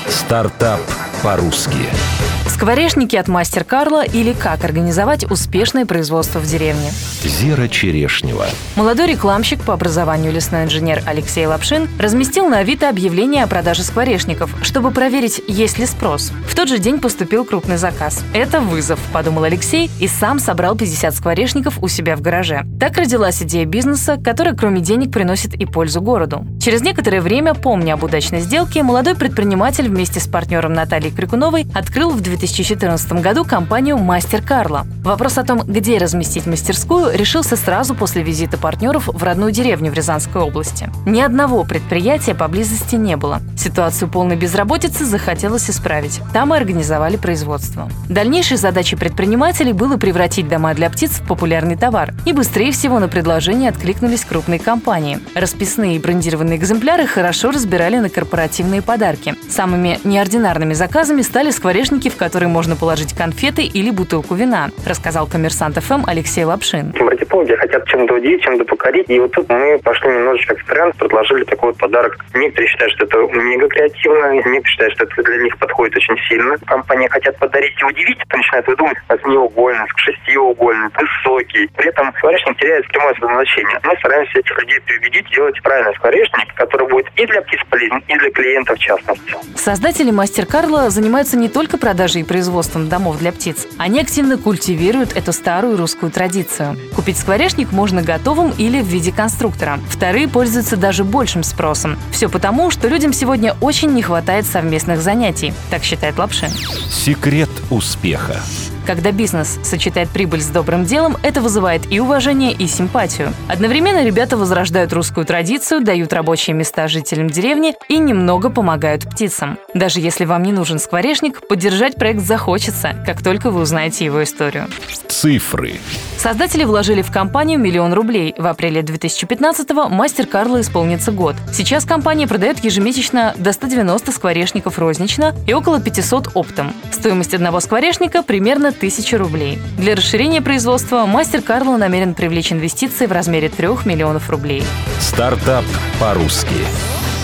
Стартап по-русски. Скворечники от Мастер Карла или как организовать успешное производство в деревне. Зира Черешнева. Молодой рекламщик, по образованию лесной инженер Алексей Лапшин, разместил на Авито объявление о продаже скворечников, чтобы проверить, есть ли спрос. В тот же день поступил крупный заказ. Это вызов, подумал Алексей, и сам собрал 50 скворечников у себя в гараже. Так родилась идея бизнеса, которая кроме денег приносит и пользу городу. Через некоторое время, помня об удачной сделке, молодой предприниматель вместе с партнером Натальей Крикуновой открыл в 2014 году компанию Мастер Карла. Вопрос о том, где разместить мастерскую, решился сразу после визита партнеров в родную деревню в Рязанской области. Ни одного предприятия поблизости не было. Ситуацию полной безработицы захотелось исправить. Там и организовали производство. Дальнейшей задачей предпринимателей было превратить дома для птиц в популярный товар. И быстрее всего на предложение откликнулись крупные компании. Расписные и брендированные экземпляры хорошо разбирали на корпоративные подарки. Самыми неординарными заказами стали скворечники, в которые можно положить конфеты или бутылку вина, рассказал «Коммерсант ФМ» Алексей Лапшин. Маркетологи хотят чем-то удивить, чем-то покорить. И вот тут мы пошли немножечко в тренд, предложили такой вот подарок. Некоторые считают, что это мега креативно, некоторые считают, что это для них подходит очень сильно. Компании хотят подарить и удивить, то начинают выдумать восьмиугольный, шестиугольный, высокий. При этом скворечник теряет прямое назначение. Мы стараемся этих людей переубедить, делать правильный скворечник, который будет и для птиц полезен, и для клиентов в частности. Создатели Мастер Карла занимаются не только продажей и производством домов для птиц. Они активно культивируют эту старую русскую традицию. Купить скворечник можно готовым или в виде конструктора. Вторые пользуются даже большим спросом. Все потому, что людям сегодня очень не хватает совместных занятий, так считает Лапшин. Секрет успеха. Когда бизнес сочетает прибыль с добрым делом, это вызывает и уважение, и симпатию. Одновременно ребята возрождают русскую традицию, дают рабочие места жителям деревни и немного помогают птицам. Даже если вам не нужен скворечник, поддержать проект захочется, как только вы узнаете его историю. Цифры. Создатели вложили в компанию 1 000 000 рублей. В апреле 2015-го Мастер Карла исполнится год. Сейчас компания продает ежемесячно до 190 скворечников рознично и около 500 оптом. Стоимость одного скворечника примерно 1000 рублей. Для расширения производства Мастер Карла намерен привлечь инвестиции в размере 3 миллионов рублей. Стартап по-русски.